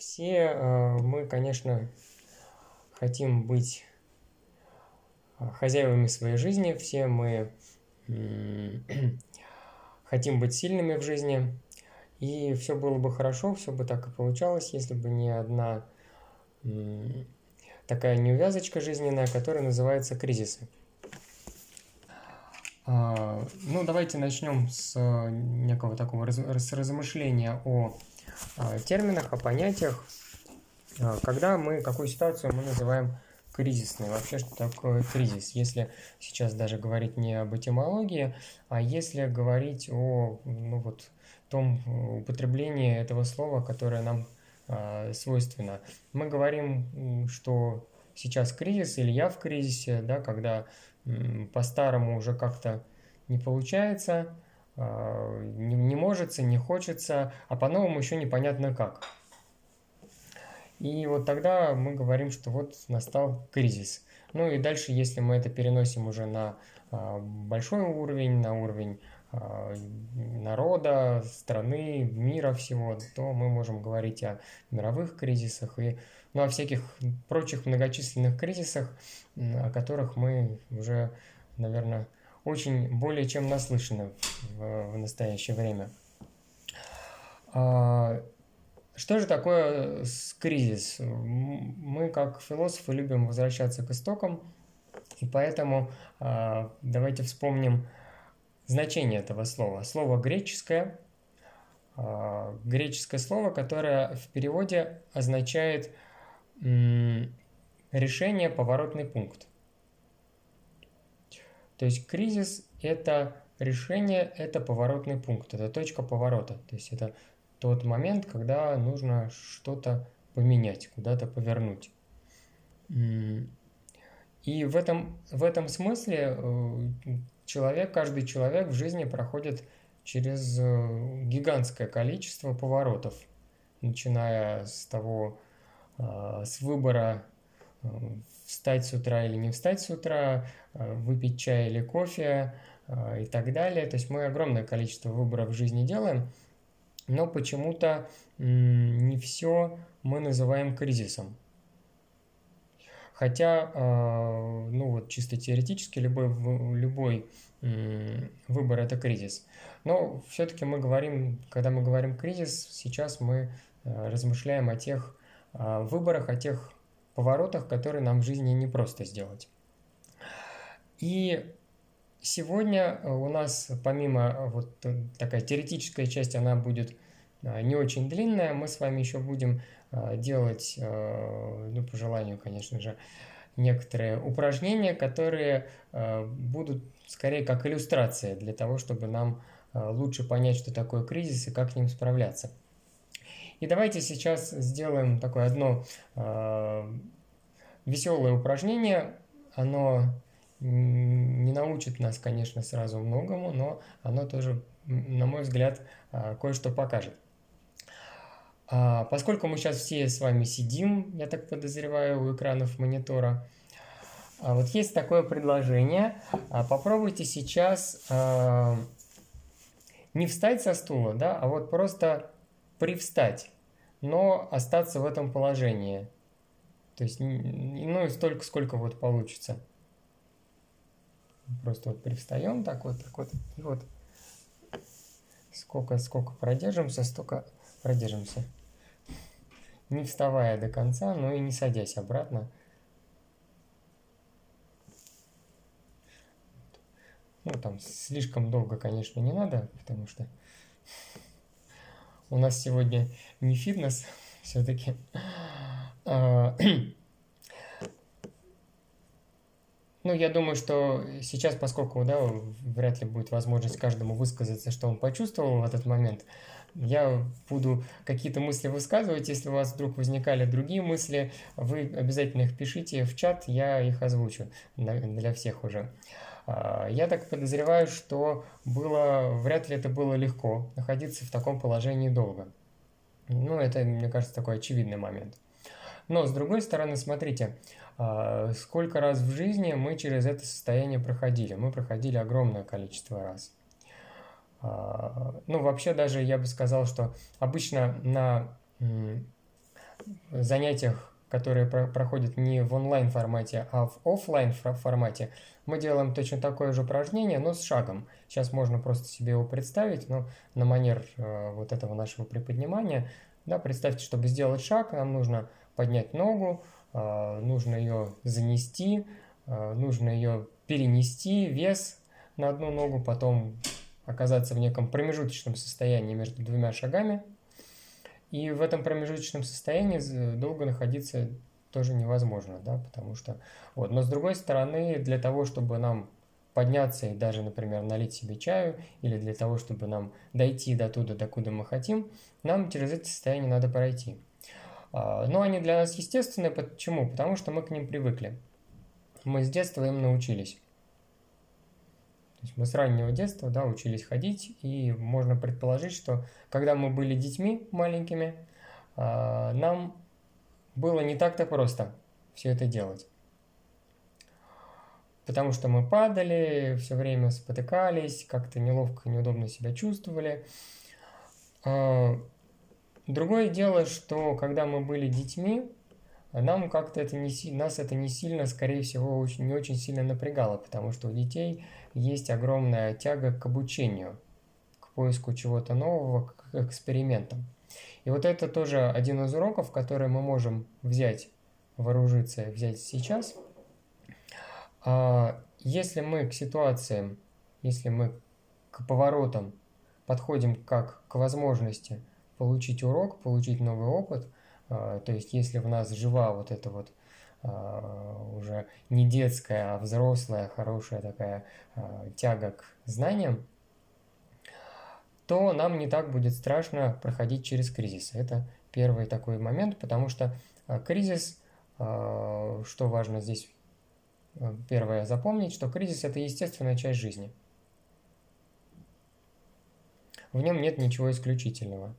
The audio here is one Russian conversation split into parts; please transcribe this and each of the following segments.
Все мы, конечно, хотим быть хозяевами своей жизни, все мы хотим быть сильными в жизни, и все было бы хорошо, все бы так и получалось, если бы не одна такая неувязочка жизненная, которая называется кризисы. Ну, давайте начнем с некого такого размышления о терминах, о понятиях. Когда какую ситуацию мы называем кризисной? Вообще, что такое кризис? Если сейчас даже говорить не об этимологии, а если говорить о том употреблении этого слова, которое нам свойственно. Мы говорим, что сейчас кризис или я в кризисе, да, когда по-старому уже как-то не получается, не может, не хочется, а по-новому еще непонятно как. И вот тогда мы говорим, что вот настал кризис. Ну и дальше, если мы это переносим уже на большой уровень, на уровень народа, страны, мира всего, то мы можем говорить о мировых кризисах и о всяких прочих многочисленных кризисах, о которых мы уже, наверное, очень более чем наслышаны в настоящее время. Что же такое кризис? Мы, как философы, любим возвращаться к истокам, и поэтому давайте вспомним значение этого слова. Слово греческое слово, которое в переводе означает решение, поворотный пункт. То есть кризис – это решение, это поворотный пункт, это точка поворота. То есть это тот момент, когда нужно что-то поменять, куда-то повернуть. И в этом смысле каждый человек в жизни проходит через гигантское количество поворотов, начиная с выбора встать с утра или не встать с утра, выпить чай или кофе и так далее. То есть мы огромное количество выборов в жизни делаем, но почему-то не все мы называем кризисом. Хотя, чисто теоретически любой выбор – это кризис. Но все-таки когда мы говорим кризис, сейчас мы размышляем о тех выборах, о тех поворотах, которые нам в жизни не просто сделать. И сегодня у нас, помимо такая теоретическая часть, она будет не очень длинная, мы с вами еще будем делать, по желанию, конечно же, некоторые упражнения, которые будут скорее как иллюстрация для того, чтобы нам лучше понять, что такое кризис и как с ним справляться. И давайте сейчас сделаем такое одно веселое упражнение. Оно не научит нас, конечно, сразу многому, но оно тоже, на мой взгляд, кое-что покажет. Поскольку мы сейчас все с вами сидим, я так подозреваю, у экранов монитора, вот есть такое предложение. Попробуйте сейчас не встать со стула, да, а вот просто привстать, но остаться в этом положении. То есть, столько, сколько вот получится. Просто вот привстаем так вот, и вот сколько продержимся, столько продержимся. Не вставая до конца, но и не садясь обратно. Там слишком долго, конечно, не надо, потому что у нас сегодня не фитнес все-таки. Я думаю, что сейчас, поскольку вряд ли будет возможность каждому высказаться, что он почувствовал в этот момент, я буду какие-то мысли высказывать. Если у вас вдруг возникали другие мысли, вы обязательно их пишите в чат, я их озвучу для всех уже. Я так подозреваю, что вряд ли это было легко находиться в таком положении долго. Это, мне кажется, такой очевидный момент. Но, с другой стороны, смотрите, сколько раз в жизни мы через это состояние проходили. Мы проходили огромное количество раз. Вообще даже я бы сказал, что обычно занятиях, которые проходят не в онлайн формате, а в офлайн формате, мы делаем точно такое же упражнение, но с шагом. Сейчас можно просто себе его представить, но на манер вот этого нашего приподнимания. Да, представьте, чтобы сделать шаг, нам нужно поднять ногу, нужно ее занести, нужно ее перенести, вес на одну ногу, потом оказаться в неком промежуточном состоянии между двумя шагами. И в этом промежуточном состоянии долго находиться тоже невозможно, да, потому что... Вот. Но с другой стороны, для того, чтобы нам подняться и даже, например, налить себе чаю, или для того, чтобы нам дойти до туда, докуда мы хотим, нам через это состояние надо пройти. Но они для нас естественные. Почему? Потому что мы к ним привыкли. Мы с детства им научились. То есть мы с раннего детства, да, учились ходить, и можно предположить, что когда мы были детьми маленькими, нам было не так-то просто все это делать. Потому что мы падали, все время спотыкались, как-то неловко, неудобно себя чувствовали. Другое дело, что когда мы были детьми, нам как-то нас это не сильно, скорее всего, не очень сильно напрягало, потому что у детей есть огромная тяга к обучению, к поиску чего-то нового, к экспериментам. И вот это тоже один из уроков, который мы можем взять, вооружиться, взять сейчас. Если мы к ситуациям, если мы к поворотам подходим как к возможности получить урок, получить новый опыт, то есть если в нас жива вот эта вот уже не детская, а взрослая, хорошая такая тяга к знаниям, то нам не так будет страшно проходить через кризис. Это первый такой момент, потому что кризис, что важно здесь первое запомнить, что кризис – это естественная часть жизни. В нем нет ничего исключительного.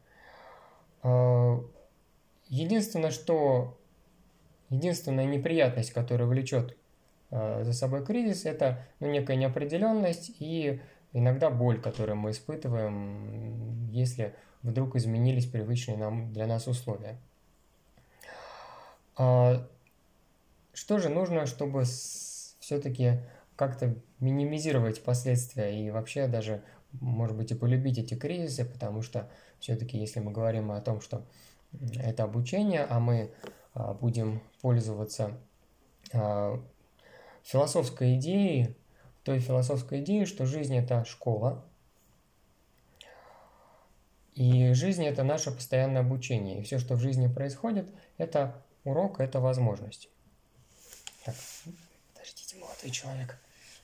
Единственная неприятность, которая влечет за собой кризис, это некая неопределенность и иногда боль, которую мы испытываем, если вдруг изменились привычные для нас условия. Что же нужно, чтобы все-таки как-то минимизировать последствия и вообще даже, может быть, и полюбить эти кризисы, потому что все-таки, если мы говорим о том, что это обучение, а мы будем пользоваться философской идеей, той философской идеей, что жизнь – это школа, и жизнь – это наше постоянное обучение, и все, что в жизни происходит, это урок, это возможность. Так, подождите, молодой человек.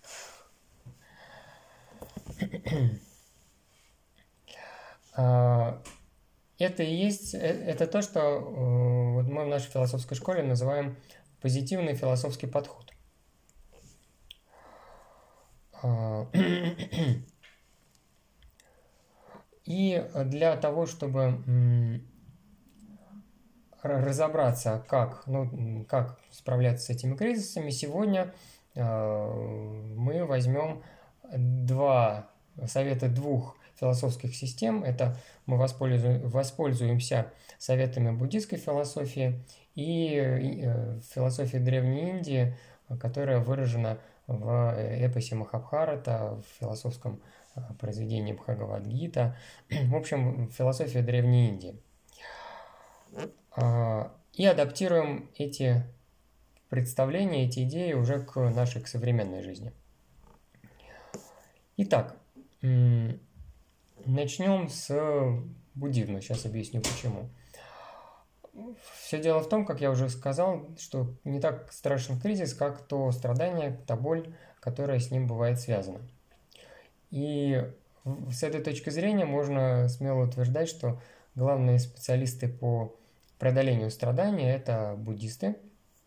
Это и есть, это то, что вот мы в нашей философской школе называем позитивный философский подход. И для того, чтобы разобраться, как справляться с этими кризисами, сегодня мы возьмем советы двух философских систем. Это мы воспользуемся советами буддийской философии и философии Древней Индии, которая выражена в эпосе Махабхарата, в философском произведении Бхагавад-гита, в общем, философия Древней Индии. И адаптируем эти представления, эти идеи уже к нашей, к современной жизни. Итак, начнем с буддизма. Сейчас объясню почему. Все дело в том, как я уже сказал, что не так страшен кризис, как то страдание, та боль, которая с ним бывает связана. И с этой точки зрения можно смело утверждать, что главные специалисты по преодолению страданий – это буддисты,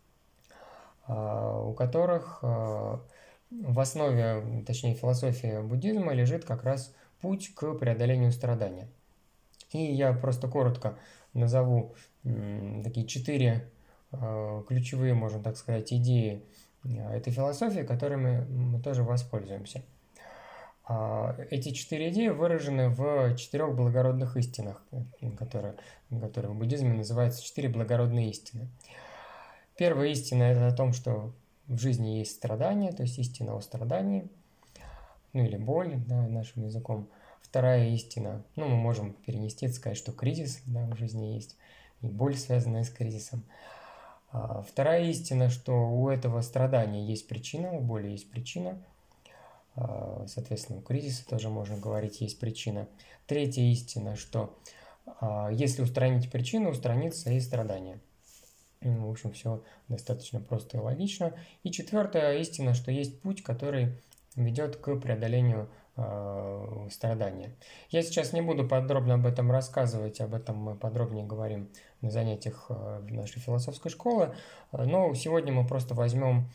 у которых в основе, точнее, философии буддизма лежит как раз путь к преодолению страдания. И я просто коротко назову такие 4 ключевые, можно так сказать, идеи этой философии, которыми мы тоже воспользуемся. Эти 4 идеи выражены в 4 благородных истинах, которые в буддизме называются 4 благородные истины. Первая истина – это о том, что в жизни есть страдания, то есть истина о страдании, ну или боль, да, нашим языком. Вторая истина, ну мы можем перенести это, сказать, что кризис, да, в жизни есть, и боль, связанная с кризисом. Вторая истина, что у этого страдания есть причина, у боли есть причина. Соответственно, у кризиса тоже можно говорить, есть причина. Третья истина, что если устранить причину, устранится и страдание. В общем, все достаточно просто и логично. И четвертая истина, что есть путь, который ведет к преодолению страдания. Я сейчас не буду подробно об этом рассказывать, об этом мы подробнее говорим на занятиях нашей философской школы, но сегодня мы просто возьмем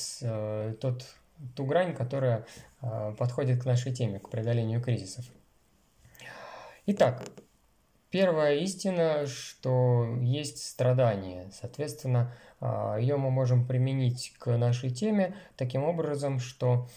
ту грань, которая подходит к нашей теме, к преодолению кризисов. Итак, первая истина, что есть страдание. Соответственно, ее мы можем применить к нашей теме таким образом, что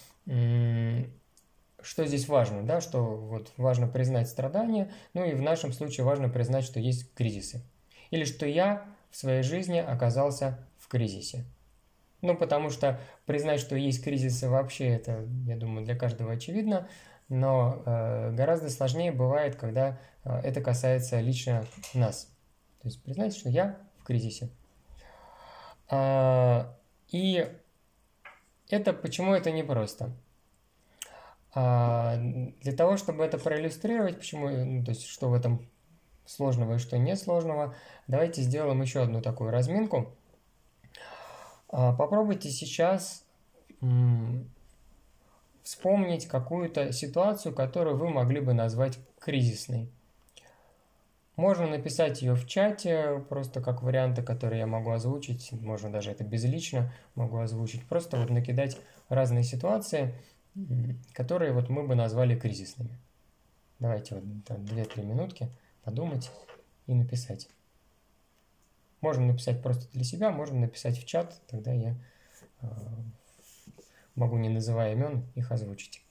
здесь важно, да, что вот важно признать страдания, ну и в нашем случае важно признать, что есть кризисы. Или что я в своей жизни оказался в кризисе. Ну, потому что признать, что есть кризисы вообще, это, я думаю, для каждого очевидно, но гораздо сложнее бывает, когда это касается лично нас. То есть признать, что я в кризисе. И почему это непросто? Для того, чтобы это проиллюстрировать, почему, то есть что в этом сложного и что не сложного, давайте сделаем еще одну такую разминку. Попробуйте сейчас вспомнить какую-то ситуацию, которую вы могли бы назвать кризисной. Можно написать ее в чате, просто как варианты, которые я могу озвучить. Можно даже это безлично могу озвучить. Просто вот накидать разные ситуации, которые вот мы бы назвали кризисными. Давайте вот 2-3 минутки подумать и написать. Можно написать просто для себя, можно написать в чат, тогда я могу, не называя имен, их озвучить.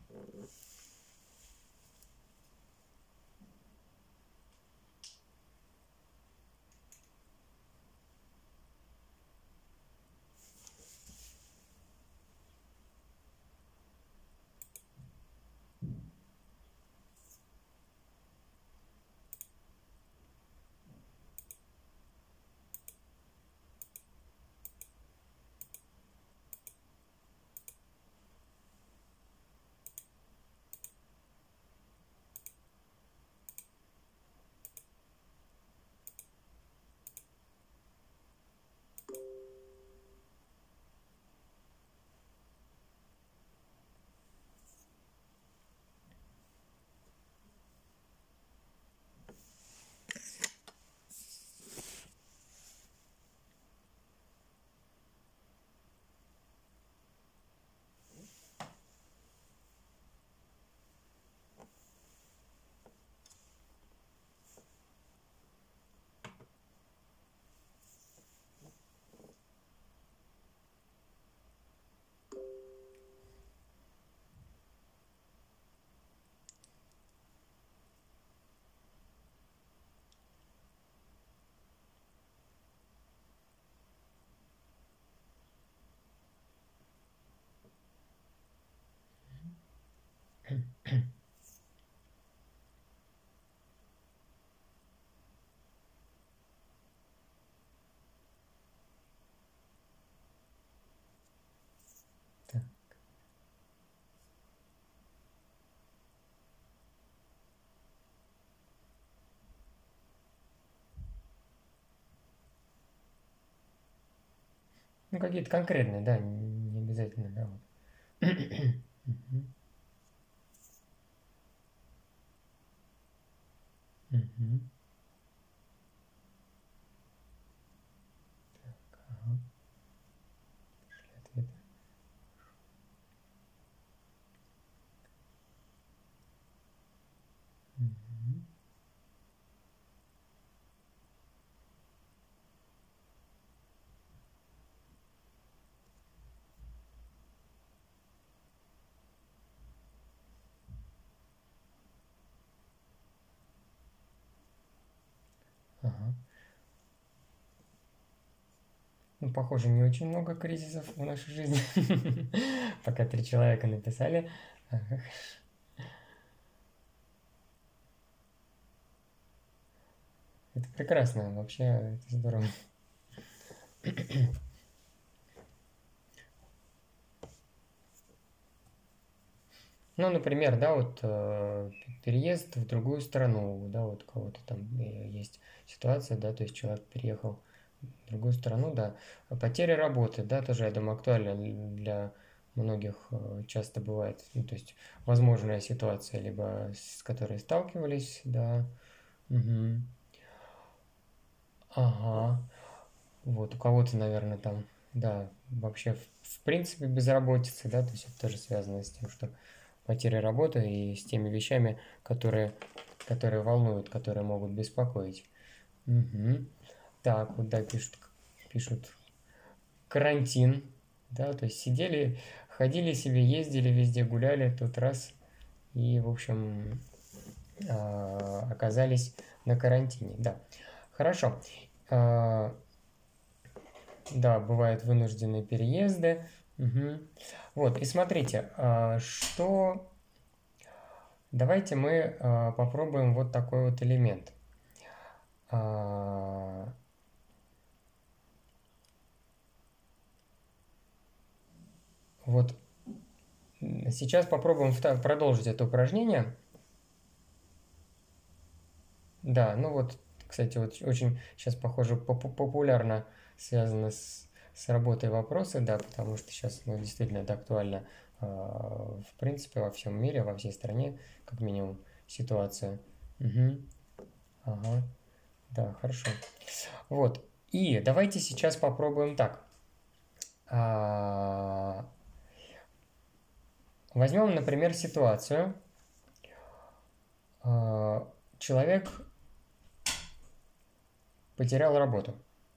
Так. Ну, какие-то конкретные, да, не обязательно, да. Вот. Так, ага. Пришли ответы. Ага. Ну, похоже, не очень много кризисов в нашей жизни. Пока 3 человека написали. Ага. Это прекрасно, вообще, это здорово. Ну, например, да, вот переезд в другую страну, да, вот у кого-то там есть ситуация, да, то есть человек переехал в другую страну, да. Потеря работы, да, тоже, я думаю, актуально для многих часто бывает, ну, то есть возможная ситуация, либо с которой сталкивались, да. Угу. Ага. Вот, у кого-то, наверное, там, да, вообще в принципе безработица, да, то есть это тоже связано с тем, что потеря работы и с теми вещами, которые волнуют, которые могут беспокоить. Угу. Так, вот, да, пишут карантин, да, то есть сидели, ходили себе, ездили везде, гуляли, тут раз, и, в общем, оказались на карантине, да. Хорошо. Да, бывают вынужденные переезды. Угу. Вот, и смотрите, что... Давайте мы попробуем вот такой вот элемент. Вот сейчас попробуем продолжить это упражнение. Да, ну вот, кстати, вот очень сейчас, похоже, популярно связано с работой вопросы, да, потому что сейчас, ну, действительно, это актуально, в принципе, во всем мире, во всей стране, как минимум, ситуация. Угу. Ага, да, хорошо. Вот, и давайте сейчас попробуем так. Возьмем, например, ситуацию. Человек потерял работу.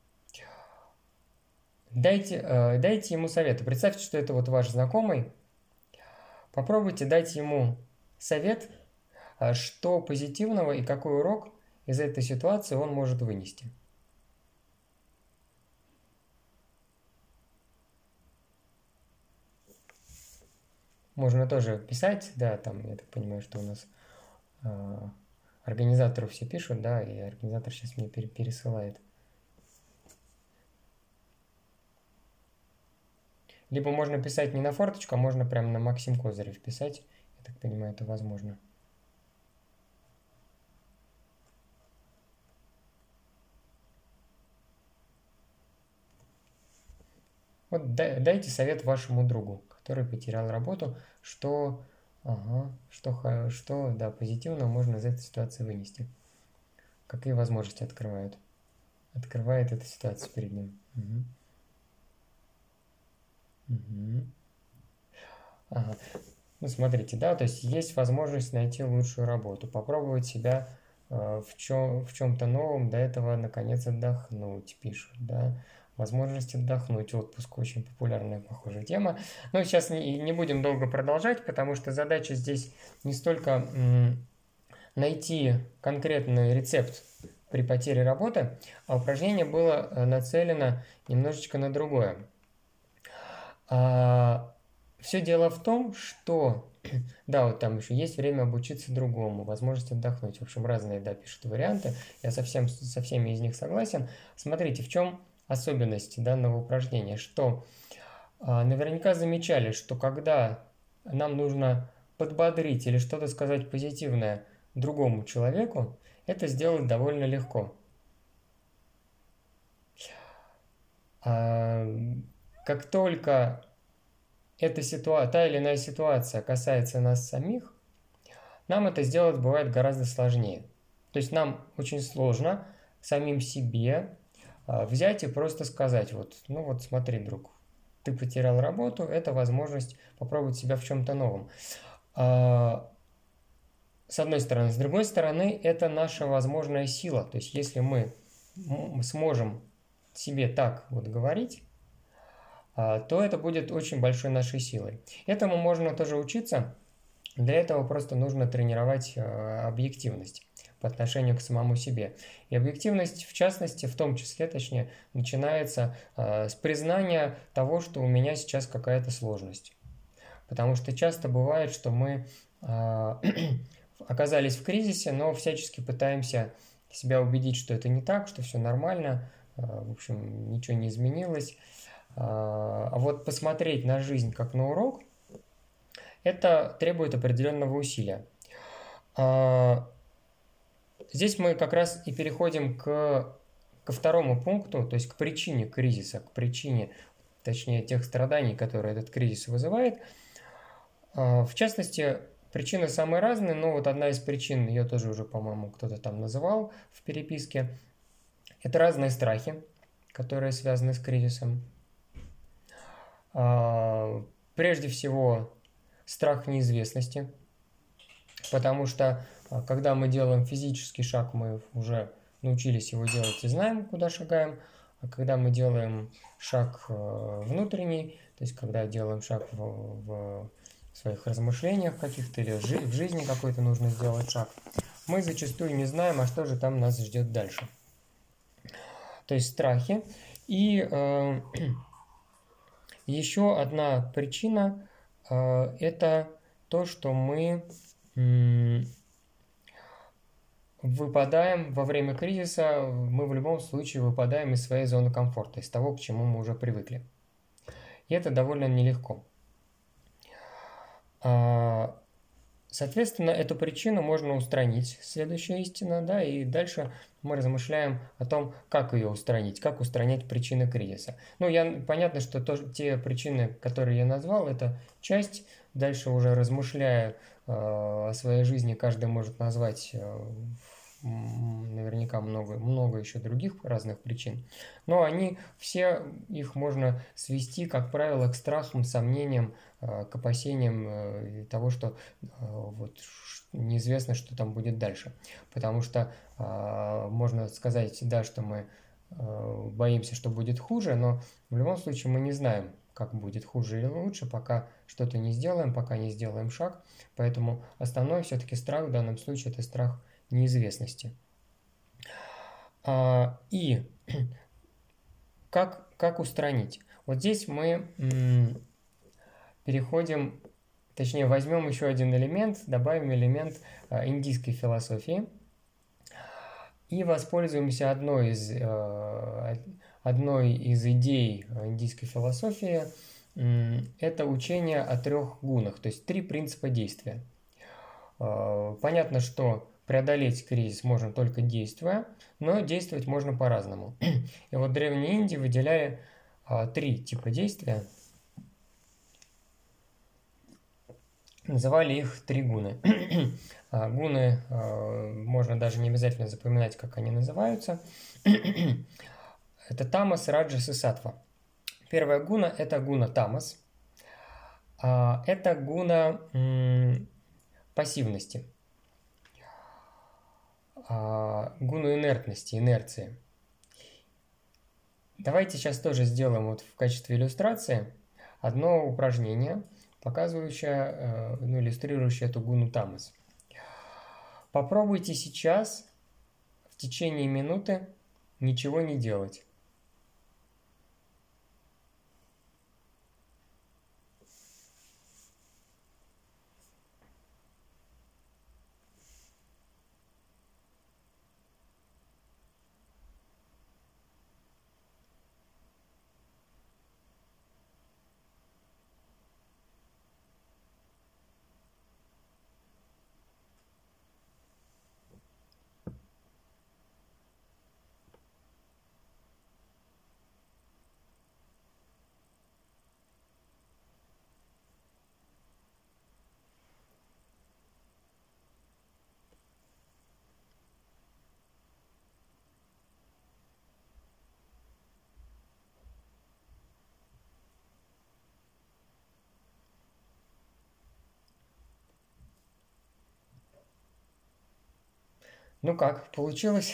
Дайте ему советы. Представьте, что это вот ваш знакомый. Попробуйте дать ему совет, что позитивного и какой урок из этой ситуации он может вынести. Можно тоже писать, да, там, я так понимаю, что у нас организатору все пишут, да, и организатор сейчас мне пересылает. Либо можно писать не на форточку, а можно прямо на Максим Козырев писать. Я так понимаю, это возможно. Вот дайте совет вашему другу, который потерял работу, что, да, позитивно можно из этой ситуации вынести. Какие возможности открывает эта ситуация перед ним. Угу. Угу. Ага. Ну, смотрите, да, то есть есть возможность найти лучшую работу, попробовать себя в чем-то новом, до этого, наконец, отдохнуть, пишут, да. Возможность отдохнуть, отпуск, очень популярная, похожая тема. Но сейчас не будем долго продолжать, потому что задача здесь не столько найти конкретный рецепт при потере работы, а упражнение было нацелено немножечко на другое. Все дело в том, что, да, вот там еще есть время обучиться другому, возможность отдохнуть. В общем, разные, да, пишут варианты. Я со всеми из них согласен. Смотрите, в чем особенность данного упражнения, что наверняка замечали, что когда нам нужно подбодрить или что-то сказать позитивное другому человеку, это сделать довольно легко. Как только та или иная ситуация касается нас самих, нам это сделать бывает гораздо сложнее. То есть нам очень сложно самим себе взять и просто сказать, вот, ну вот смотри, друг, ты потерял работу, это возможность попробовать себя в чем-то новом. С одной стороны. С другой стороны, это наша возможная сила. То есть если мы сможем себе так вот говорить, то это будет очень большой нашей силой. Этому можно тоже учиться. Для этого просто нужно тренировать объективность по отношению к самому себе. И объективность, в частности, в том числе, точнее, начинается с признания того, что у меня сейчас какая-то сложность. Потому что часто бывает, что мы оказались в кризисе, но всячески пытаемся себя убедить, что это не так, что все нормально, в общем, ничего не изменилось. А вот посмотреть на жизнь как на урок, это требует определенного усилия. Здесь мы как раз и переходим ко второму пункту, то есть к причине кризиса, к причине, точнее, тех страданий, которые этот кризис вызывает. В частности, причины самые разные, но вот одна из причин, ее тоже уже, по-моему, кто-то там называл в переписке, это разные страхи, которые связаны с кризисом. Прежде всего, страх неизвестности, потому что когда мы делаем физический шаг, мы уже научились его делать и знаем, куда шагаем, а когда мы делаем шаг внутренний, то есть когда делаем шаг в своих размышлениях каких-то или в жизни какой-то нужно сделать шаг, мы зачастую не знаем, а что же там нас ждет дальше. То есть страхи. И еще одна причина это то, что мы выпадаем во время кризиса, мы в любом случае выпадаем из своей зоны комфорта, из того, к чему мы уже привыкли. И это довольно нелегко. Соответственно, эту причину можно устранить, следующая истина, да, и дальше мы размышляем о том, как ее устранить, как устранять причины кризиса. Ну, понятно, что те причины, которые я назвал, это часть, дальше уже размышляя о своей жизни, каждый может назвать наверняка много еще других разных причин, но все их можно свести, как правило, к страхам, сомнениям, к опасениям того, что вот неизвестно, что там будет дальше. Потому что можно сказать, да, что мы боимся, что будет хуже, но в любом случае мы не знаем, как будет хуже или лучше, пока что-то не сделаем, пока не сделаем шаг. Поэтому основной все-таки страх в данном случае – это страх неизвестности. И как устранить? Вот здесь мы переходим, точнее возьмем еще один элемент, добавим элемент индийской философии и воспользуемся одной из идей индийской философии. Это учение о 3 гунах, то есть 3 принципа действия. Понятно, что преодолеть кризис можно только действуя, но действовать можно по-разному. И вот в Древней Индии выделяли 3 типа действия. Называли их 3 гуны. Гуны можно даже не обязательно запоминать, как они называются. Это тамас, раджас и саттва. Первая гуна – это гуна тамас. Это гуна пассивности, гуну инертности, инерции. Давайте сейчас тоже сделаем вот в качестве иллюстрации одно упражнение, показывающее, иллюстрирующее эту гуну тамас. Попробуйте сейчас в течение минуты ничего не делать. Ну как, получилось?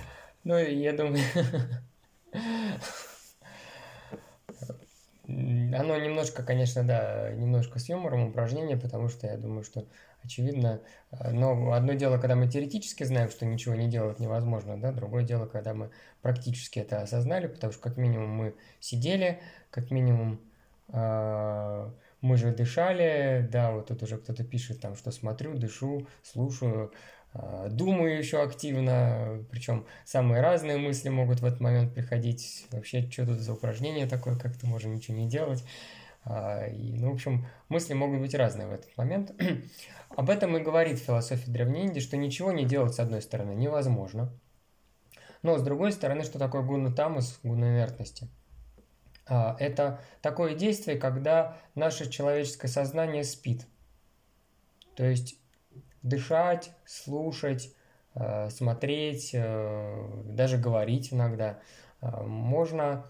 Ну, я думаю, Оно немножко, конечно, да, немножко с юмором упражнение, потому что я думаю, что очевидно, но одно дело, когда мы теоретически знаем, что ничего не делать невозможно, да, другое дело, когда мы практически это осознали, потому что как минимум мы сидели, как минимум мы же дышали, да, вот тут уже кто-то пишет там, что смотрю, дышу, слушаю, думаю еще активно, причем самые разные мысли могут в этот момент приходить. Вообще, что тут за упражнение такое, как-то можно ничего не делать. Ну, в общем, мысли могут быть разные в этот момент. Об этом и говорит философия Древней Индии, что ничего не делать, с одной стороны, невозможно. Но, с другой стороны, что такое гуна тамас, гуна инертности? Это такое действие, когда наше человеческое сознание спит. То есть дышать, слушать, смотреть, даже говорить иногда можно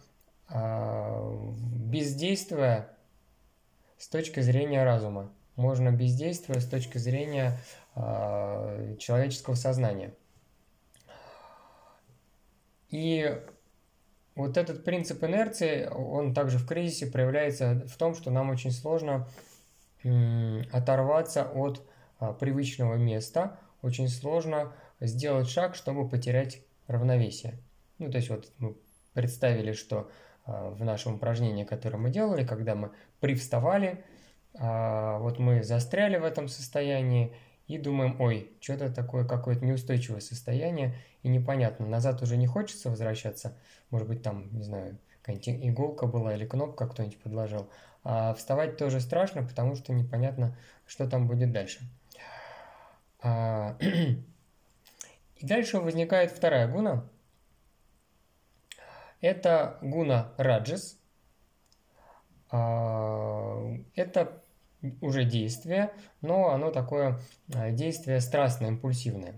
бездействуя с точки зрения разума. Можно бездействуя с точки зрения человеческого сознания. И вот этот принцип инерции, он также в кризисе проявляется в том, что нам очень сложно оторваться от привычного места, очень сложно сделать шаг, чтобы потерять равновесие. Ну, то есть вот мы представили, что в нашем упражнении, которое мы делали, когда мы привставали, вот мы застряли в этом состоянии и думаем, ой, что-то такое, какое-то неустойчивое состояние, и непонятно, назад уже не хочется возвращаться, может быть, там, не знаю, какая-нибудь иголка была или кнопка кто-нибудь подложил, а вставать тоже страшно, потому что непонятно, что там будет дальше. И дальше возникает вторая гуна. Это гуна раджас. Это уже действие, но оно такое действие страстное, импульсивное.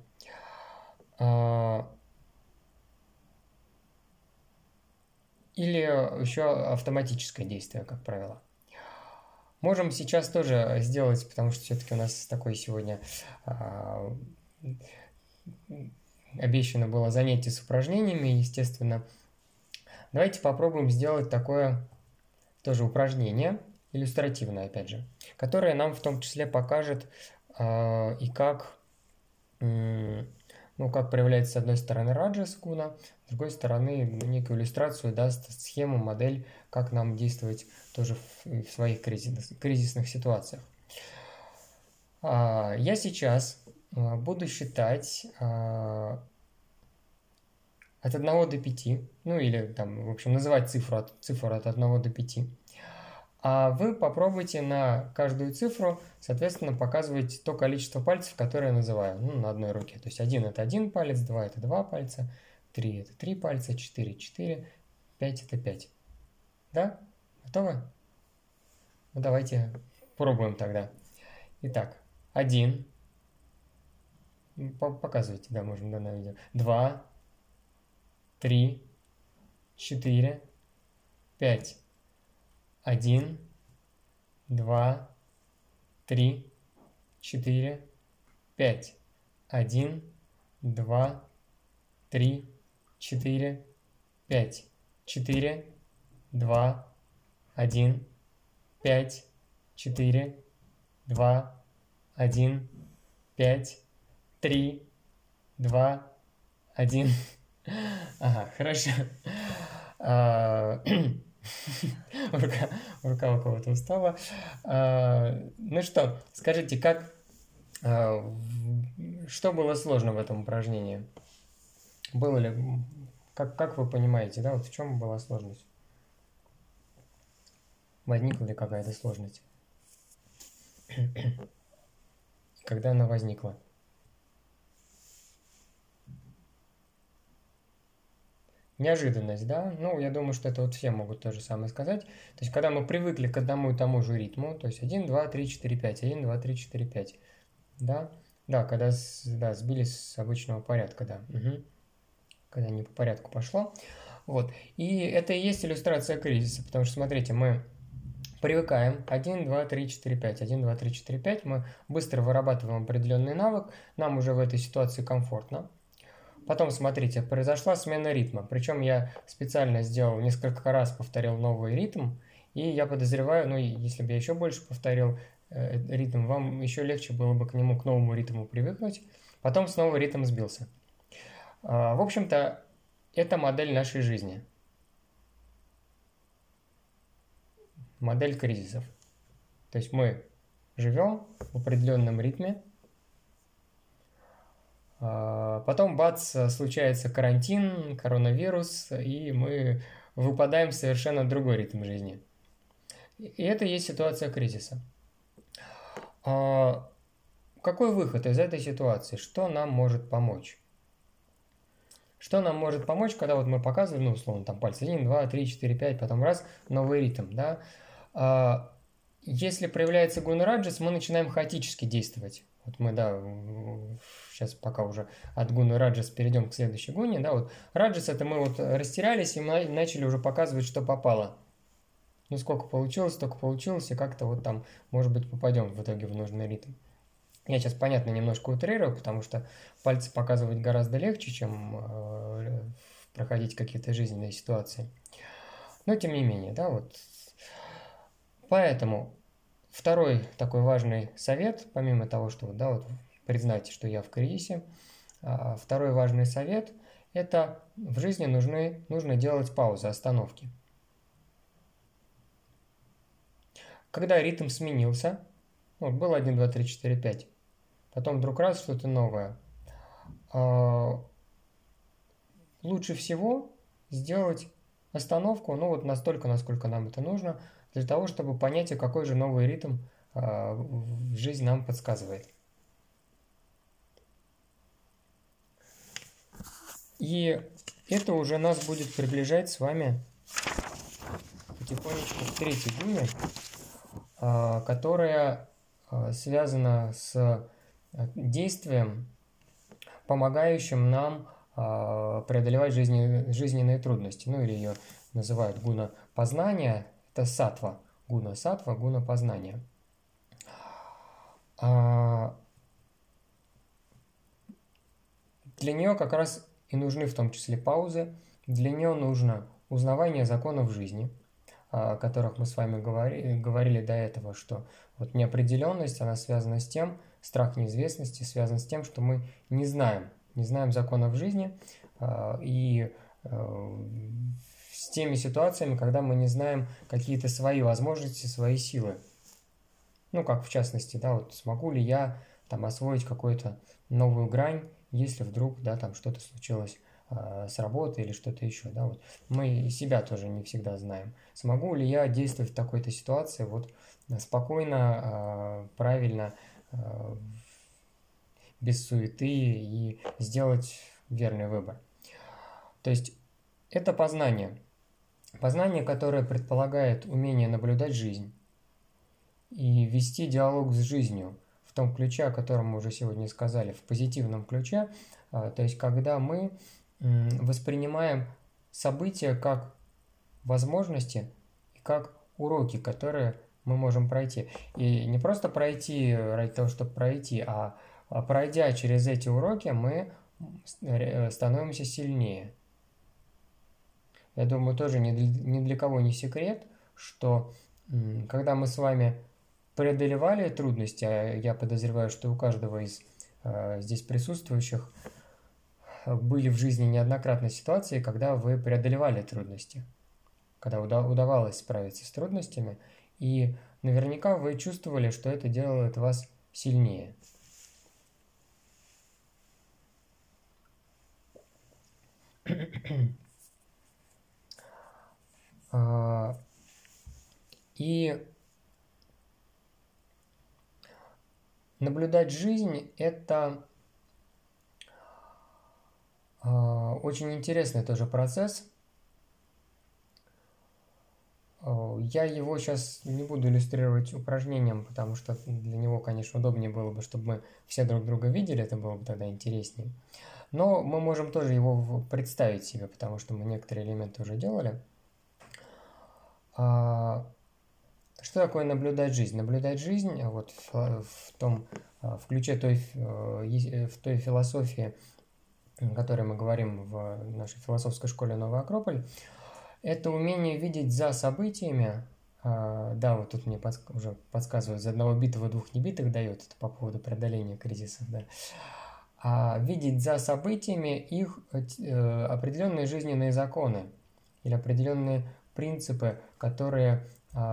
Или еще автоматическое действие, как правило. Можем сейчас тоже сделать, потому что все-таки у нас такое сегодня обещано было занятие с упражнениями, естественно. Давайте попробуем сделать такое тоже упражнение, иллюстративное, опять же, которое нам в том числе покажет и как, как проявляется с одной стороны раджас гуна, с другой стороны некую иллюстрацию даст, схему, модель, как нам действовать тоже в своих кризисных ситуациях. Я сейчас буду считать от 1 до 5, ну или там, в общем, называть цифру от 1 до 5. А вы попробуйте на каждую цифру, соответственно, показывать то количество пальцев, которое я называю, на одной руке. То есть 1 – это 1 палец, 2 – это 2 пальца, 3 – это 3 пальца, 4 – 4, 5 – это 5. Да? Готовы? Ну, давайте пробуем тогда. Итак, 1. Показывайте, да, можно на видео. 2, 3, 4, 5. 1, 2, 3, 4, 5. 1, 2, 3, 4, 5. 4, 2, 1, 5, 4, 2, 1, 5, 3, 2, 1. Ага, хорошо. Рука у кого-то устала. Ну что, скажите, что было сложно в этом упражнении? Было ли, как вы понимаете, да, вот в чем была сложность? Возникла ли какая-то сложность? Когда она возникла? Неожиданность, да? Ну, я думаю, что это вот все могут то же самое сказать. То есть, когда мы привыкли к одному и тому же ритму, то есть 1, 2, 3, 4, 5, 1, 2, 3, 4, 5, да? Да, когда сбились с обычного порядка, да. Угу. Когда не по порядку пошло. Вот. И это и есть иллюстрация кризиса, потому что, смотрите, мы привыкаем 1, 2, 3, 4, 5, 1, 2, 3, 4, 5, мы быстро вырабатываем определенный навык, нам уже в этой ситуации комфортно. Потом, смотрите, произошла смена ритма. Причем я специально сделал, несколько раз повторил новый ритм. И И я подозреваю, ну, если бы я еще больше повторил ритм, вам еще легче было бы к новому ритму привыкнуть. Потом снова ритм сбился. В общем-то, это модель нашей жизни. Модель кризисов. То есть мы живем в определенном ритме, потом бац, случается карантин, коронавирус, и мы выпадаем в совершенно другой ритм жизни. И это и есть ситуация кризиса. Какой выход из этой ситуации? Что нам может помочь? Что нам может помочь, когда вот мы показываем, ну, условно, там пальцы 1, 2, 3, 4, 5, потом раз, новый ритм, да? Если проявляется гуна раджас, мы начинаем хаотически действовать. Вот мы, да, сейчас пока уже от гуны раджас перейдем к следующей гуне, да, вот раджас это мы вот растерялись и мы начали уже показывать, что попало. Ну, сколько получилось, столько получилось, и как-то вот там, может быть, попадем в итоге в нужный ритм. Я сейчас, понятно, немножко утрирую, потому что пальцы показывать гораздо легче, чем проходить какие-то жизненные ситуации. Но, тем не менее, да, вот. Поэтому второй такой важный совет, помимо того, что, да, вот признайте, что я в кризисе, второй важный совет – это в жизни нужно делать паузы, остановки. Когда ритм сменился, вот был 1, 2, 3, 4, 5, потом вдруг раз что-то новое, лучше всего сделать остановку, ну вот настолько, насколько нам это нужно, для того, чтобы понять, какой же новый ритм жизнь нам подсказывает. И это уже нас будет приближать с вами потихонечку к третьей гуне, которая связана с действием, помогающим нам преодолевать жизненные трудности. Ну или ее называют гуна познания. Это саттва. Гуна саттва, гуна познания. Для нее как раз и нужны в том числе паузы. Для нее нужно узнавание законов жизни, о которых мы с вами говорили до этого, что вот неопределенность, она связана с тем, страх неизвестности связан с тем, что мы не знаем законов жизни и с теми ситуациями, когда мы не знаем какие-то свои возможности, свои силы. Ну, как в частности, да, вот смогу ли я там освоить какую-то новую грань, если вдруг, да, там что-то случилось с работой или что-то еще, да, вот мы себя тоже не всегда знаем. Смогу ли я действовать в такой-то ситуации вот спокойно, правильно, без суеты и сделать верный выбор. То есть это познание. Познание, которое предполагает умение наблюдать жизнь и вести диалог с жизнью в том ключе, о котором мы уже сегодня сказали, в позитивном ключе. То есть когда мы воспринимаем события как возможности и как уроки, которые мы можем пройти. И не просто пройти ради того, чтобы пройти, а пройдя через эти уроки, мы становимся сильнее. Я думаю, тоже ни для кого не секрет, что когда мы с вами преодолевали трудности, а я подозреваю, что у каждого из здесь присутствующих были в жизни неоднократно ситуации, когда вы преодолевали трудности, когда удавалось справиться с трудностями, и наверняка вы чувствовали, что это делает вас сильнее. И наблюдать жизнь – это очень интересный тоже процесс. Я его сейчас не буду иллюстрировать упражнением, потому что для него, конечно, удобнее было бы, чтобы мы все друг друга видели, это было бы тогда интереснее. Но мы можем тоже его представить себе, потому что мы некоторые элементы уже делали. Что такое наблюдать жизнь? Наблюдать жизнь вот в ключе в той философии, о которой мы говорим в нашей философской школе «Новый Акрополь», это умение видеть за событиями Да, вот тут мне уже подсказывают, за одного битого двух небитых дает, это по поводу преодоления кризисов, да. Видеть за событиями их определенные жизненные законы или определенные принципы, которые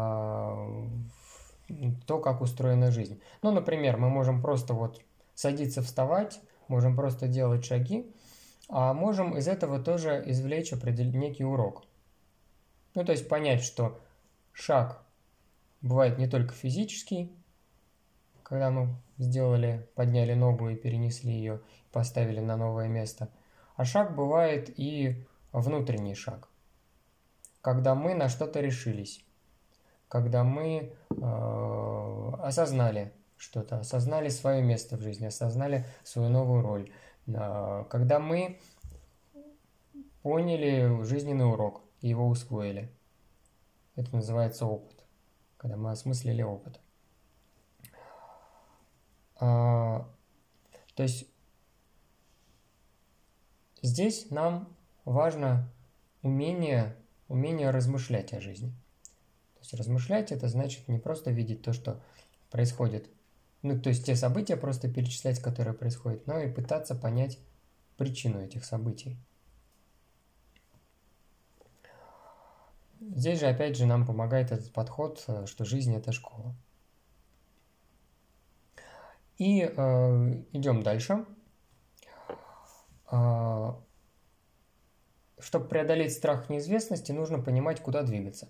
то, как устроена жизнь. Ну, например, мы можем просто вот садиться, вставать, можем просто делать шаги, а можем из этого тоже извлечь некий урок. Ну, то есть понять, что шаг бывает не только физический, когда мы подняли ногу и перенесли ее, поставили на новое место, а шаг бывает и внутренний шаг, когда мы на что-то решились, когда мы осознали что-то, осознали свое место в жизни, осознали свою новую роль, когда мы поняли жизненный урок и его усвоили. Это называется опыт, когда мы осмыслили опыт. То есть здесь нам важно умение размышлять о жизни. То есть размышлять это значит не просто видеть то, что происходит, ну то есть те события просто перечислять, которые происходят, но и пытаться понять причину этих событий. Здесь же опять же нам помогает этот подход, что жизнь это школа. И идем дальше. Чтобы преодолеть страх неизвестности, нужно понимать, куда двигаться.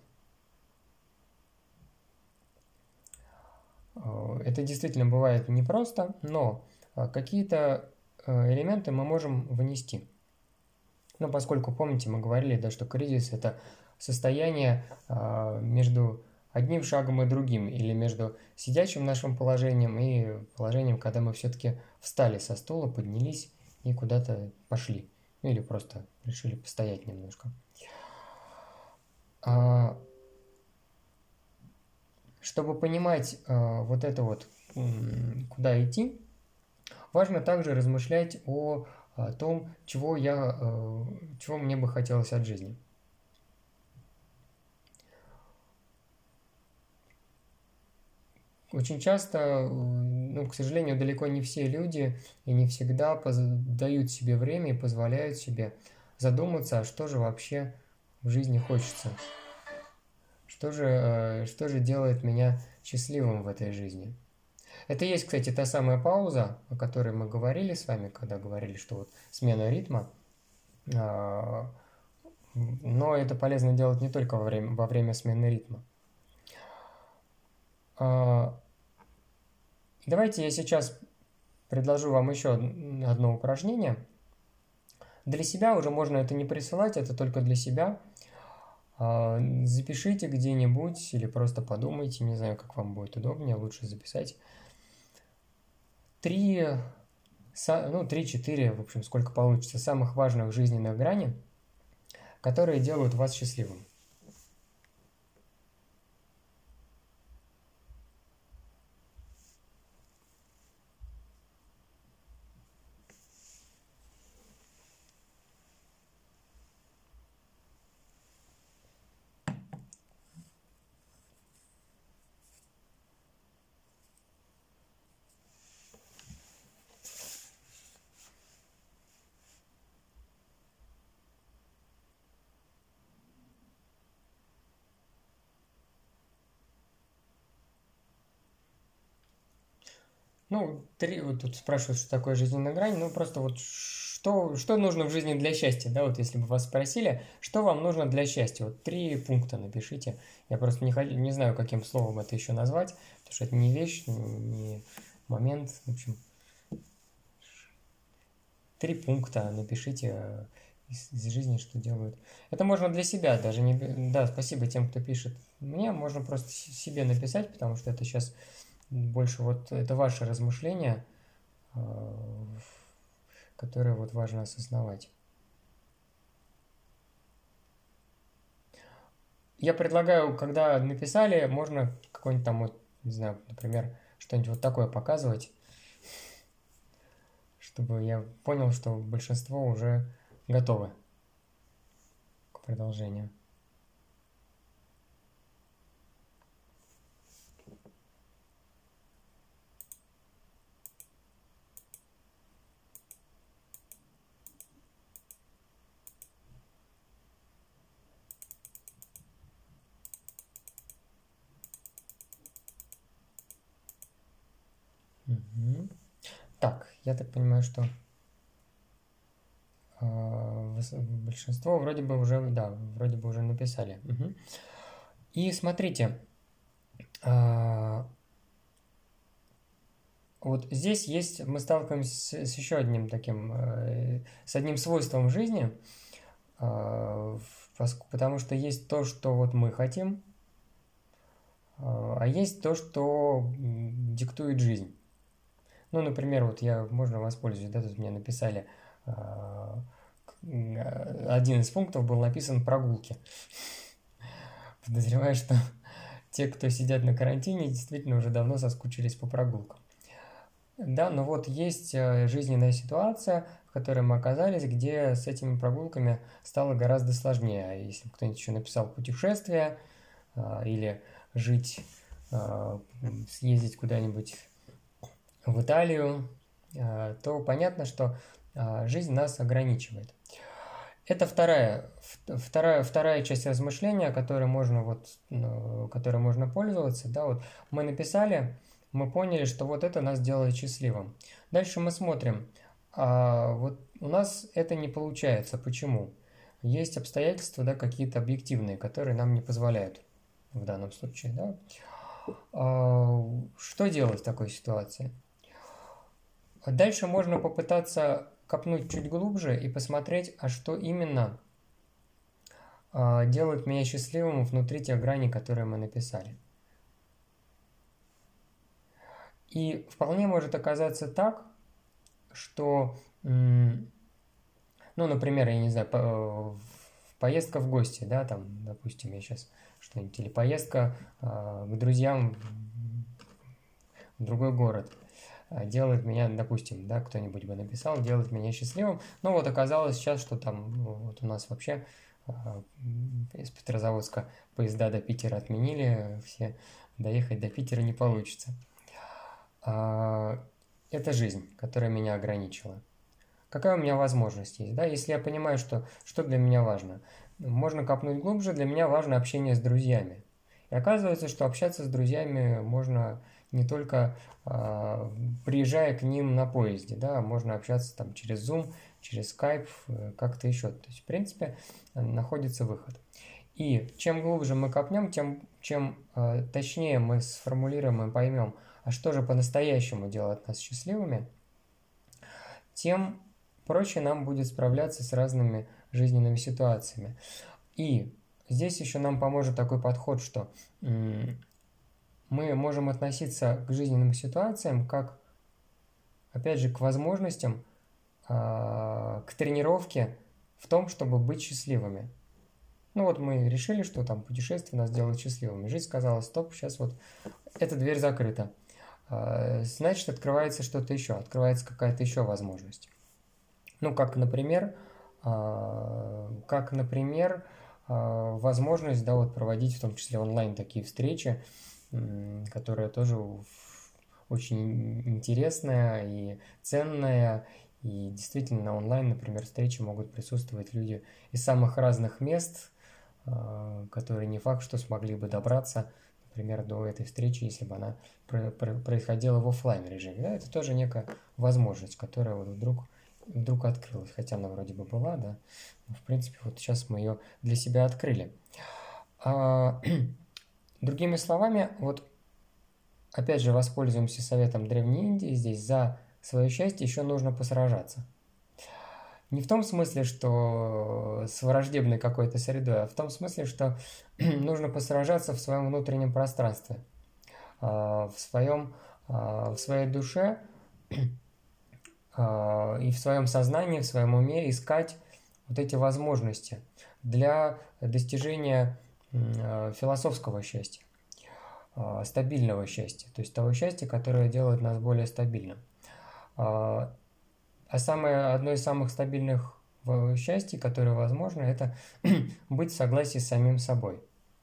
Это действительно бывает непросто, но какие-то элементы мы можем внести. Ну, поскольку, помните, мы говорили, да, что кризис – это состояние между одним шагом и другим, или между сидячим нашим положением и положением, когда мы все-таки встали со стула, поднялись и куда-то пошли. Ну, или просто решили постоять немножко. Чтобы понимать вот это вот, куда идти, важно также размышлять о том, чего мне бы хотелось от жизни. Очень часто, к сожалению, далеко не все люди и не всегда дают себе время и позволяют себе задуматься, а что же вообще в жизни хочется. Что же делает меня счастливым в этой жизни? Это есть, кстати, та самая пауза, о которой мы говорили с вами, когда говорили, что вот смена ритма. Но это полезно делать не только во время смены ритма. Давайте я сейчас предложу вам еще одно упражнение. Для себя уже можно это не присылать, это только для себя. Запишите где-нибудь или просто подумайте, не знаю, как вам будет удобнее, лучше записать. 3-4, в общем, сколько получится, самых важных жизненных граней, которые делают вас счастливым. Вот тут спрашивают, что такое жизненная грань. Просто вот что нужно в жизни для счастья, да, вот если бы вас спросили, что вам нужно для счастья, вот 3 пункта напишите. Я просто не знаю, каким словом это еще назвать, потому что это не вещь, не момент, в общем. 3 пункта напишите из жизни, что делают. Это можно для себя, даже не... Да, спасибо тем, кто пишет мне, можно просто себе написать, потому что это сейчас... Больше вот это ваши размышления, которые вот важно осознавать. Я предлагаю, когда написали, можно какой-нибудь там, вот, не знаю, например, что-нибудь вот такое показывать, чтобы я понял, что большинство уже готовы к продолжению. Мгм. Так, я так понимаю, что большинство вроде бы уже, да, вроде бы уже написали. Мгм. И смотрите, вот здесь есть, мы сталкиваемся с еще одним таким, с одним свойством жизни, потому что есть то, что вот мы хотим, а есть то, что диктует жизнь. Ну, например, вот можно воспользоваться, да, тут мне написали, один из пунктов был написан «прогулки». Подозреваю, что те, кто сидят на карантине, действительно уже давно соскучились по прогулкам. Да, но вот есть жизненная ситуация, в которой мы оказались, где с этими прогулками стало гораздо сложнее. А если кто-нибудь еще написал «путешествие» или «жить», съездить куда-нибудь в Италию, то понятно, что жизнь нас ограничивает. Это вторая часть размышления, которой можно пользоваться. Да, вот мы написали, мы поняли, что вот это нас делает счастливым. Дальше мы смотрим, вот у нас это не получается. Почему? Есть обстоятельства, да, какие-то объективные, которые нам не позволяют в данном случае. Да? Что делать в такой ситуации? Дальше можно попытаться копнуть чуть глубже и посмотреть, а что именно делает меня счастливым внутри тех граней, которые мы написали. И вполне может оказаться так, что, ну, например, я не знаю, поездка в гости, да, там, допустим, я сейчас что-нибудь, или поездка к друзьям в другой город делает меня, допустим, да, кто-нибудь бы написал, делает меня счастливым. Но вот оказалось сейчас, что там вот у нас вообще из Петрозаводска поезда до Питера отменили, все доехать до Питера не получится. Это жизнь, которая меня ограничила. Какая у меня возможность есть? Да? Если я понимаю, что для меня важно, можно копнуть глубже, для меня важно общение с друзьями. И оказывается, что общаться с друзьями можно не только приезжая к ним на поезде, да, можно общаться там через Zoom, через Skype, как-то еще. То есть, в принципе, находится выход. И чем глубже мы копнем, чем точнее мы сформулируем и поймем, а что же по-настоящему делает нас счастливыми, тем проще нам будет справляться с разными жизненными ситуациями. И здесь еще нам поможет такой подход, что мы можем относиться к жизненным ситуациям как, опять же, к возможностям, к тренировке в том, чтобы быть счастливыми. Ну вот мы решили, что там путешествие нас делает счастливыми. Жизнь сказала: стоп, сейчас вот эта дверь закрыта. Значит, открывается что-то еще, открывается какая-то еще возможность. Ну, как, например, возможность, да, вот проводить в том числе онлайн такие встречи, которая тоже очень интересная и ценная. И действительно, на онлайн, например, встречи могут присутствовать люди из самых разных мест, которые не факт, что смогли бы добраться, например, до этой встречи, если бы она происходила в офлайн режиме. Да, это тоже некая возможность, которая вот вдруг открылась, хотя она вроде бы была, да, но в принципе вот сейчас мы ее для себя открыли. Другими словами, вот опять же воспользуемся советом Древней Индии, здесь за свое счастье еще нужно посражаться. Не в том смысле, что с враждебной какой-то средой, а в том смысле, что нужно посражаться в своем внутреннем пространстве, в своей душе и в своем сознании, в своем уме искать вот эти возможности для достижения философского счастья, стабильного счастья, то есть того счастья, которое делает нас более стабильным. Одно из самых стабильных счастий, которое возможно, это быть в согласии с самим собой.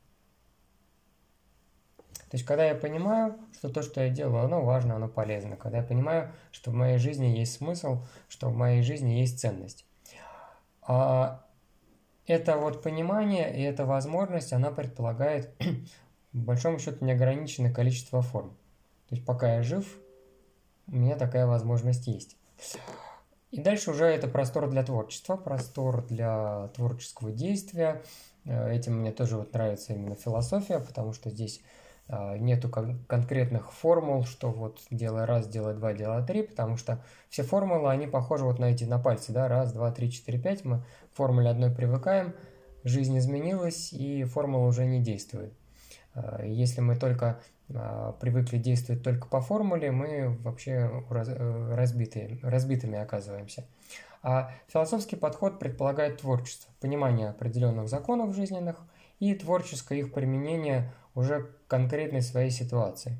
То есть, когда я понимаю, что то, что я делаю, оно важно, оно полезно. Когда я понимаю, что в моей жизни есть смысл, что в моей жизни есть ценность. Это вот понимание и эта возможность, она предполагает, по большому счету, неограниченное количество форм. То есть, пока я жив, у меня такая возможность есть. И дальше уже это простор для творчества, простор для творческого действия. Этим мне тоже вот нравится именно философия, потому что здесь нету конкретных формул, что вот делай раз, делай два, делай три, потому что все формулы, они похожи вот на эти, на пальцы, да, раз, два, три, четыре, пять, мы к формуле одной привыкаем, жизнь изменилась, и формула уже не действует. Если мы только привыкли действовать только по формуле, мы вообще разбитыми оказываемся. А философский подход предполагает творчество, понимание определенных законов жизненных и творческое их применение уже к конкретной своей ситуации.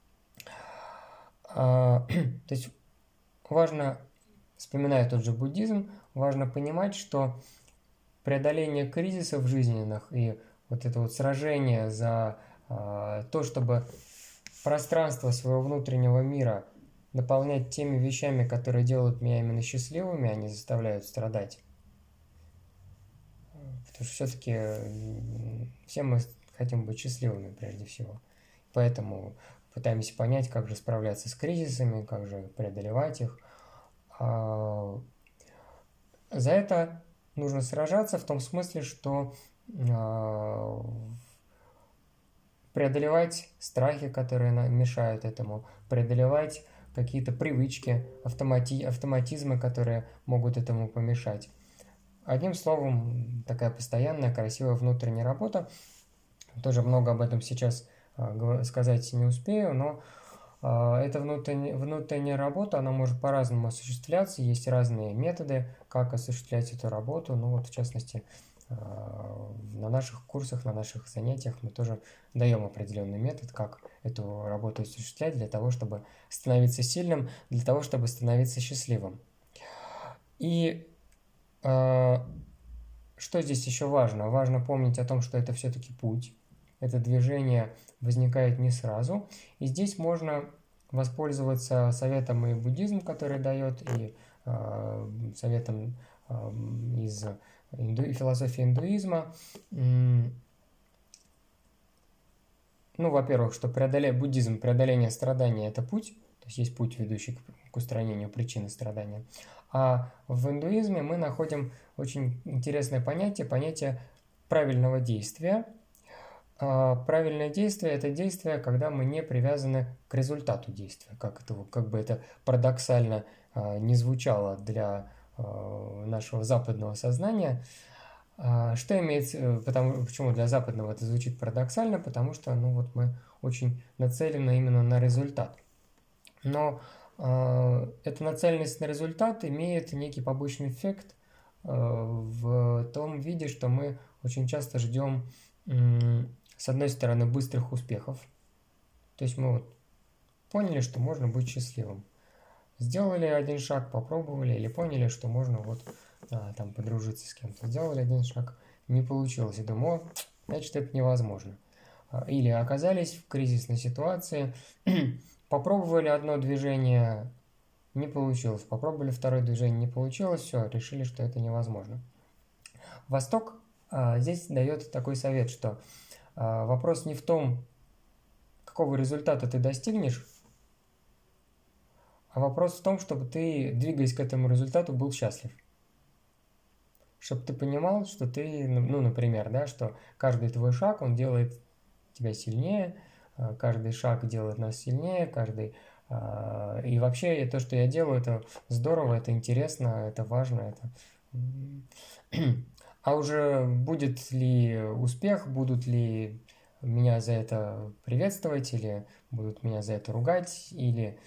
То есть важно, вспоминая тот же буддизм, важно понимать, что преодоление кризисов жизненных и вот это вот сражение за то, чтобы пространство своего внутреннего мира наполнять теми вещами, которые делают меня именно счастливыми, а не заставляют страдать. Потому что все-таки все мы хотим быть счастливыми прежде всего. Поэтому пытаемся понять, как же справляться с кризисами, как же преодолевать их. За это нужно сражаться в том смысле, что преодолевать страхи, которые мешают этому, преодолевать какие-то привычки, автоматизмы, которые могут этому помешать. Одним словом, такая постоянная, красивая внутренняя работа. Тоже много об этом сейчас сказать не успею, но эта внутренняя работа, она может по-разному осуществляться, есть разные методы, как осуществлять эту работу. Ну вот, в частности, на наших курсах, на наших занятиях мы тоже даем определенный метод, как эту работу осуществлять для того, чтобы становиться сильным, для того, чтобы становиться счастливым. И что здесь еще важно? Важно помнить о том, что это все-таки путь. Это движение возникает не сразу. И здесь можно воспользоваться советом и буддизм, который дает, и советом из философии индуизма. Ну, во-первых, что буддизм, преодоление страдания – это путь, то есть есть путь, ведущий к устранению причины страдания. А в индуизме мы находим очень интересное понятие правильного действия. Правильное действие – это действие, когда мы не привязаны к результату действия, как бы это парадоксально не звучало для нашего западного сознания. Что имеется, почему для западного это звучит парадоксально? Потому что мы очень нацелены именно на результат. Но эта нацеленность на результат имеет некий побочный эффект в том виде, что мы очень часто ждем, с одной стороны, быстрых успехов. То есть мы поняли, что можно быть счастливым. Сделали один шаг, попробовали, или поняли, что можно там подружиться с кем-то. Сделали один шаг, не получилось. И думаю, значит, это невозможно. Или оказались в кризисной ситуации, попробовали одно движение, не получилось. Попробовали второе движение, не получилось. Все, решили, что это невозможно. Восток здесь дает такой совет, что вопрос не в том, какого результата ты достигнешь, а вопрос в том, чтобы ты, двигаясь к этому результату, был счастлив. Чтобы ты понимал, что ты, например, да, что каждый твой шаг, он делает тебя сильнее, каждый шаг делает нас сильнее, и вообще то, что я делаю, это здорово, это интересно, это важно, А уже будет ли успех, будут ли меня за это приветствовать, или будут меня за это ругать, или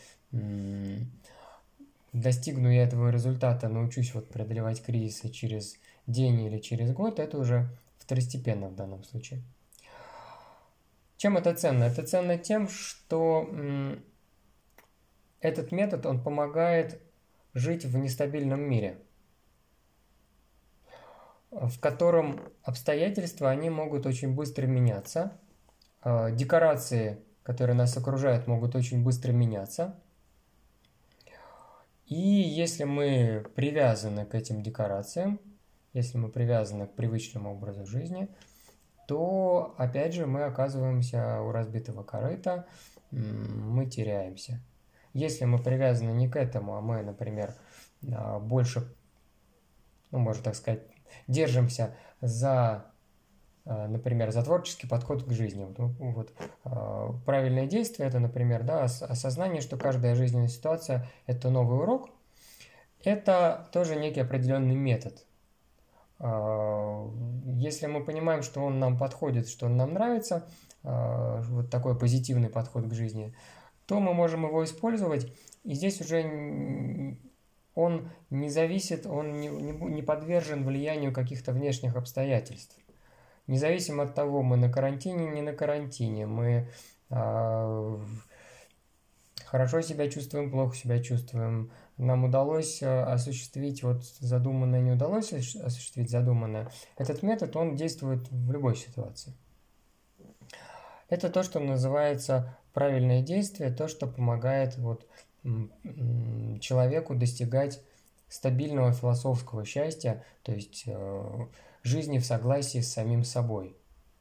достигну я этого результата, научусь преодолевать кризисы через день или через год, это уже второстепенно в данном случае. Чем это ценно? Это ценно тем, что этот метод, он помогает жить в нестабильном мире, в котором обстоятельства, они могут очень быстро меняться, декорации, которые нас окружают, могут очень быстро меняться. И если мы привязаны к этим декорациям, если мы привязаны к привычному образу жизни, то, опять же, мы оказываемся у разбитого корыта, мы теряемся. Если мы привязаны не к этому, а мы, например, больше, ну, можно так сказать, держимся за, например, за творческий подход к жизни. Вот, правильное действие – это, например, да, осознание, что каждая жизненная ситуация – это новый урок. Это тоже некий определенный метод. Если мы понимаем, что он нам подходит, что он нам нравится, вот такой позитивный подход к жизни, то мы можем его использовать. И здесь уже он не зависит, он не подвержен влиянию каких-то внешних обстоятельств. Независимо от того, мы на карантине, не на карантине, мы хорошо себя чувствуем, плохо себя чувствуем, нам удалось осуществить вот задуманное, не удалось осуществить задуманное. Этот метод, он действует в любой ситуации. Это то, что называется правильное действие, то, что помогает вот человеку достигать стабильного философского счастья, то есть жизни в согласии с самим собой.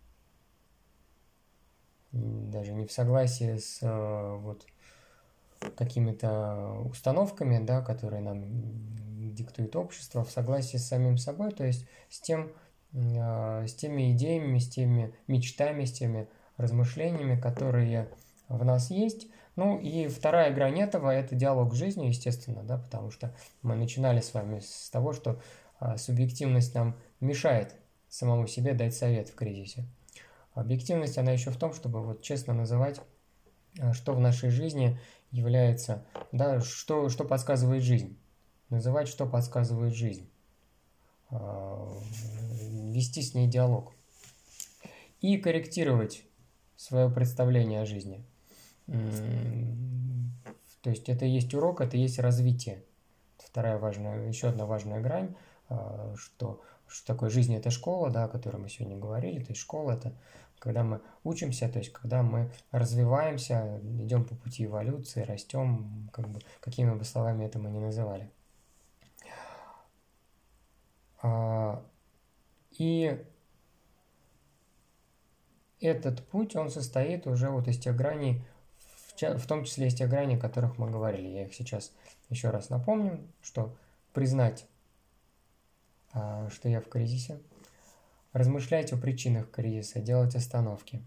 Даже не в согласии с вот какими-то установками, да, которые нам диктует общество, в согласии с самим собой, то есть с теми идеями, с теми мечтами, с теми размышлениями, которые в нас есть. Ну и вторая грань этого – это диалог с жизнью, естественно, да, потому что мы начинали с вами с того, что субъективность нам мешает самому себе дать совет в кризисе. Объективность, она еще в том, чтобы вот честно называть, что в нашей жизни является, да, что подсказывает жизнь. Называть, что подсказывает жизнь. Вести с ней диалог. И корректировать свое представление о жизни. То есть это и есть урок, это и есть развитие. Еще одна важная грань, что такое жизнь – это школа, да, о которой мы сегодня говорили. То есть школа – это когда мы учимся, то есть когда мы развиваемся, идем по пути эволюции, растем, какими бы словами это мы ни называли. И этот путь, он состоит уже вот из тех граней, в том числе из тех граней, о которых мы говорили. Я их сейчас еще раз напомню, что признать, что я в кризисе, размышлять о причинах кризиса, делать остановки,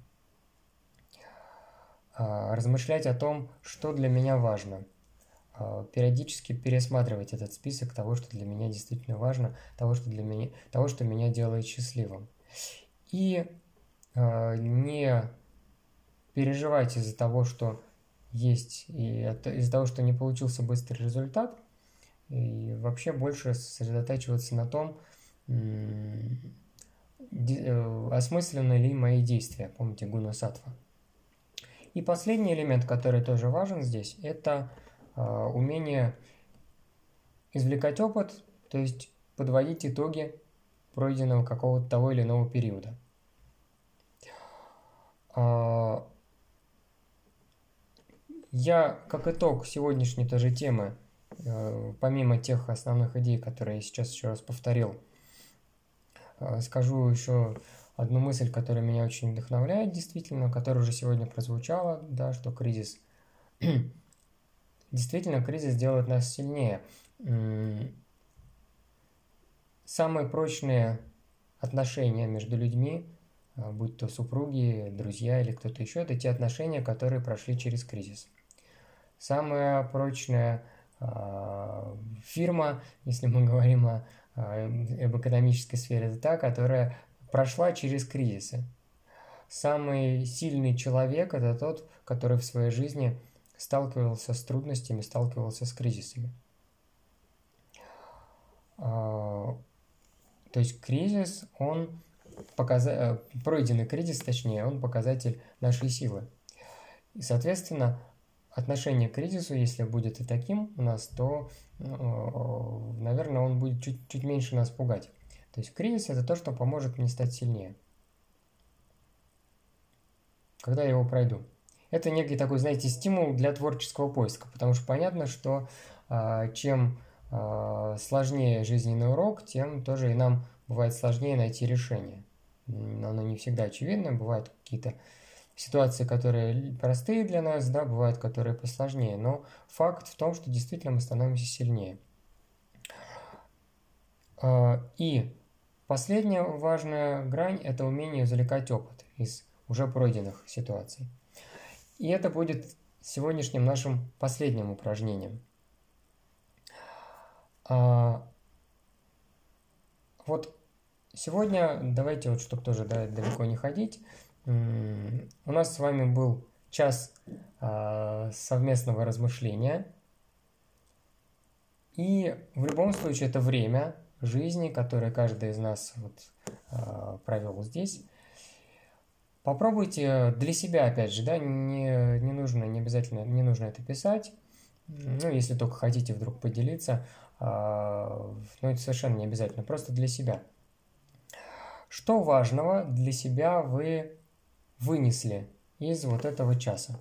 размышлять о том, что для меня важно, периодически пересматривать этот список того, что для меня действительно важно, того, что меня делает счастливым. И не переживать из-за того, что есть, и из-за того, что не получился быстрый результат, и вообще больше сосредотачиваться на том, осмысленны ли мои действия. Помните гуна саттва. И последний элемент, который тоже важен здесь, это умение извлекать опыт, то есть подводить итоги пройденного какого-то того или иного периода. Я, как итог сегодняшней тоже темы, помимо тех основных идей, которые я сейчас еще раз повторил, скажу еще одну мысль, которая меня очень вдохновляет, действительно, которая уже сегодня прозвучала, да, что кризис, действительно, кризис делает нас сильнее. Самые прочные отношения между людьми, будь то супруги, друзья или кто-то еще, это те отношения, которые прошли через кризис. Самая прочная фирма, если мы говорим об экономической сфере, это та, которая прошла через кризисы. Самый сильный человек – это тот, который в своей жизни сталкивался с трудностями, сталкивался с кризисами. То есть кризис, пройденный кризис, точнее, он показатель нашей силы. И, соответственно, отношение к кризису, если будет и таким у нас, то, наверное, он будет чуть меньше нас пугать. То есть кризис – это то, что поможет мне стать сильнее, когда я его пройду. Это некий такой, знаете, стимул для творческого поиска, потому что понятно, что чем сложнее жизненный урок, тем тоже и нам бывает сложнее найти решение. Оно не всегда очевидно, бывают какие-то ситуации, которые простые для нас, да, бывают, которые посложнее, но факт в том, что действительно мы становимся сильнее. И последняя важная грань – это умение извлекать опыт из уже пройденных ситуаций. И это будет сегодняшним нашим последним упражнением. Вот сегодня, давайте вот, чтобы тоже далеко не ходить, у нас с вами был час совместного размышления. И в любом случае это время жизни, которое каждый из нас вот, провел здесь. Попробуйте для себя, опять же, да, не нужно, не обязательно, не нужно это писать. Ну, если только хотите вдруг поделиться, но это совершенно не обязательно, просто для себя. Что важного для себя вы вынесли из вот этого часа?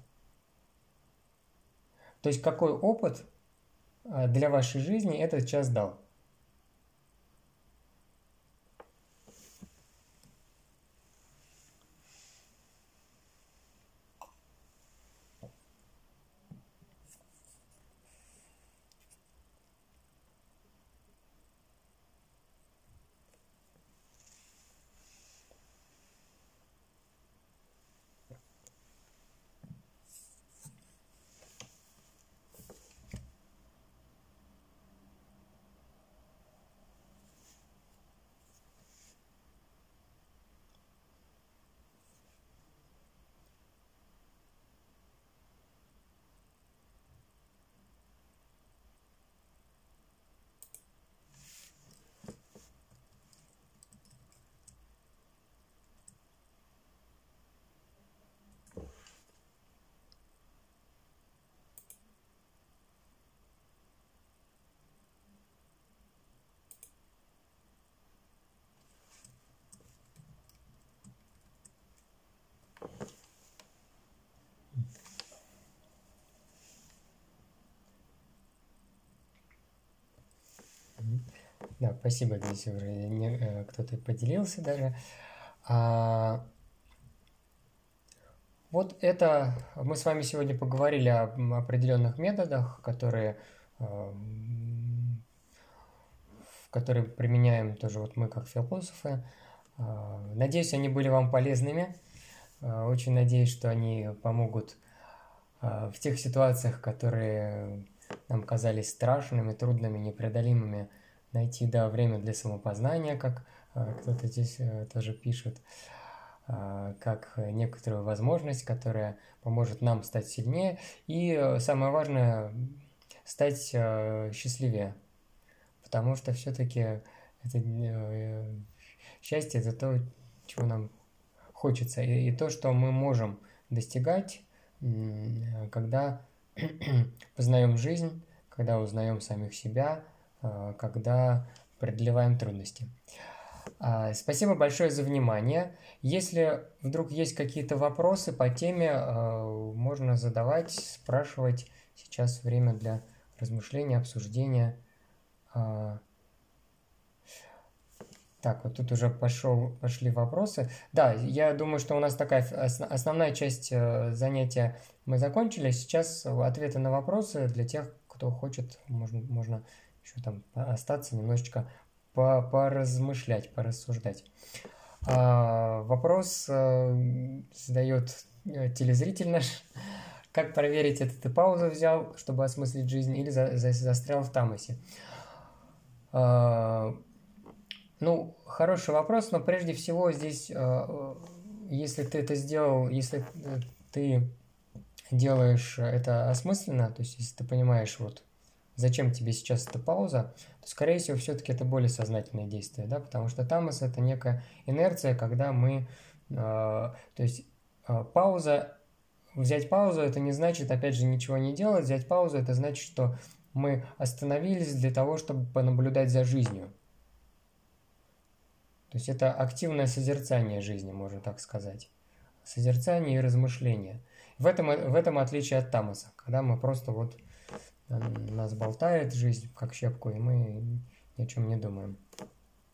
То есть какой опыт для вашей жизни этот час дал? Да, спасибо, здесь уже кто-то поделился даже. Вот это мы с вами сегодня поговорили об определенных методах, которые применяем тоже вот мы как философы. Надеюсь, они были вам полезными. Очень надеюсь, что они помогут в тех ситуациях, которые нам казались страшными, трудными, непреодолимыми, найти, да, время для самопознания, как кто-то здесь тоже пишет, как некоторую возможность, которая поможет нам стать сильнее и, самое важное, стать счастливее. Потому что все-таки это, счастье – это то, чего нам хочется, и то, что мы можем достигать, когда познаем жизнь, когда узнаем самих себя, когда преодолеваем трудности. Спасибо большое за внимание. Если вдруг есть какие-то вопросы по теме, можно задавать, спрашивать. Сейчас время для размышления, обсуждения. Так, вот тут уже пошли вопросы. Да, я думаю, что у нас такая основная часть занятия мы закончили. Сейчас ответы на вопросы для тех, кто хочет, можно еще там остаться, немножечко поразмышлять, порассуждать. Вопрос задает телезритель наш. Как проверить, это ты паузу взял, чтобы осмыслить жизнь, или застрял в тамосе? Ну, хороший вопрос, но прежде всего здесь, если ты это сделал, если ты делаешь это осмысленно, то есть если ты понимаешь, вот зачем тебе сейчас эта пауза, то, скорее всего, все-таки это более сознательное действие, да, потому что тамос – это некая инерция, когда мы, то есть пауза, взять паузу – это не значит, опять же, ничего не делать, взять паузу – это значит, что мы остановились для того, чтобы понаблюдать за жизнью. То есть это активное созерцание жизни, можно так сказать. Созерцание и размышление. В этом отличие от тамоса, когда мы просто вот нас болтает жизнь как щепку, и мы ни о чем не думаем.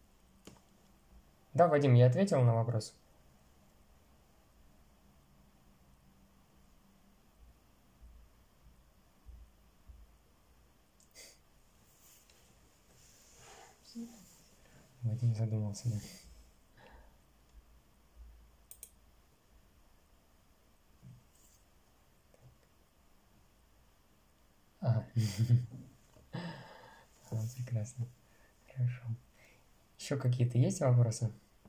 Да, Вадим, я ответил на вопрос? Вадим задумался, да. Ага. Прекрасно. Хорошо. Еще какие-то есть вопросы?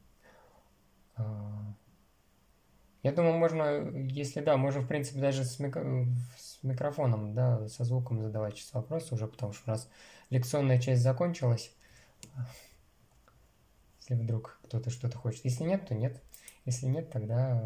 Я думаю, можно, если да, можно, в принципе, даже с микрофоном, да, со звуком задавать сейчас вопросы уже, потому что у нас лекционная часть закончилась. Если вдруг кто-то что-то хочет. Если нет, то нет. Если нет, тогда...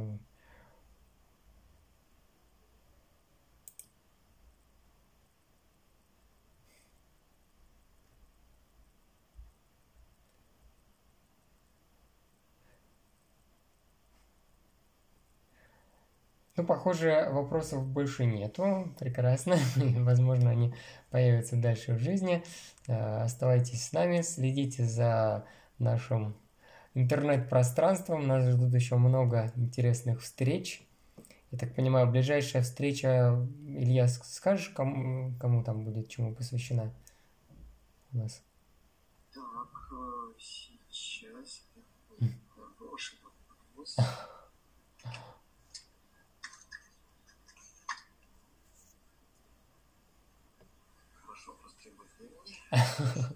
Ну, похоже, вопросов больше нету. Прекрасно. Возможно, они появятся дальше в жизни. Оставайтесь с нами, следите за нашим интернет-пространством. Нас ждут еще много интересных встреч. Я так понимаю, ближайшая встреча, Илья, скажешь, кому там будет, чему посвящена у нас? Так, сейчас хороший вопрос. Хорошо, просто требует времени.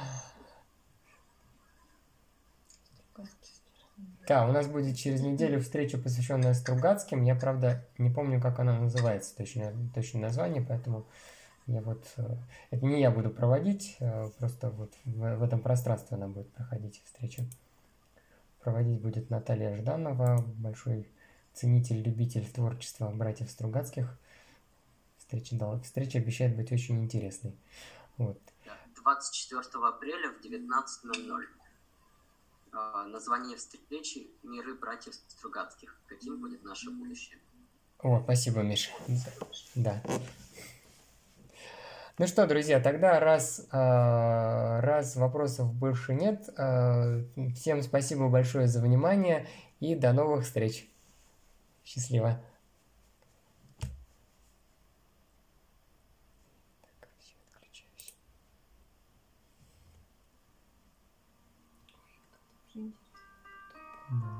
Да, у нас будет через неделю встреча, посвященная Стругацким. Я, правда, не помню, как она называется, точное название, поэтому я вот... Это не я буду проводить, просто вот в этом пространстве она будет проходить встреча. Проводить будет Наталья Жданова, большой ценитель, любитель творчества братьев Стругацких. Встреча обещает быть очень интересной. Вот. 24 апреля в 19:00. Название встречи «Миры братьев Стругацких. Каким будет наше будущее?» О, спасибо, Миша. Да. Ну что, друзья, тогда раз вопросов больше нет, всем спасибо большое за внимание и до новых встреч. Счастливо. Так, все, отключаюсь. Да.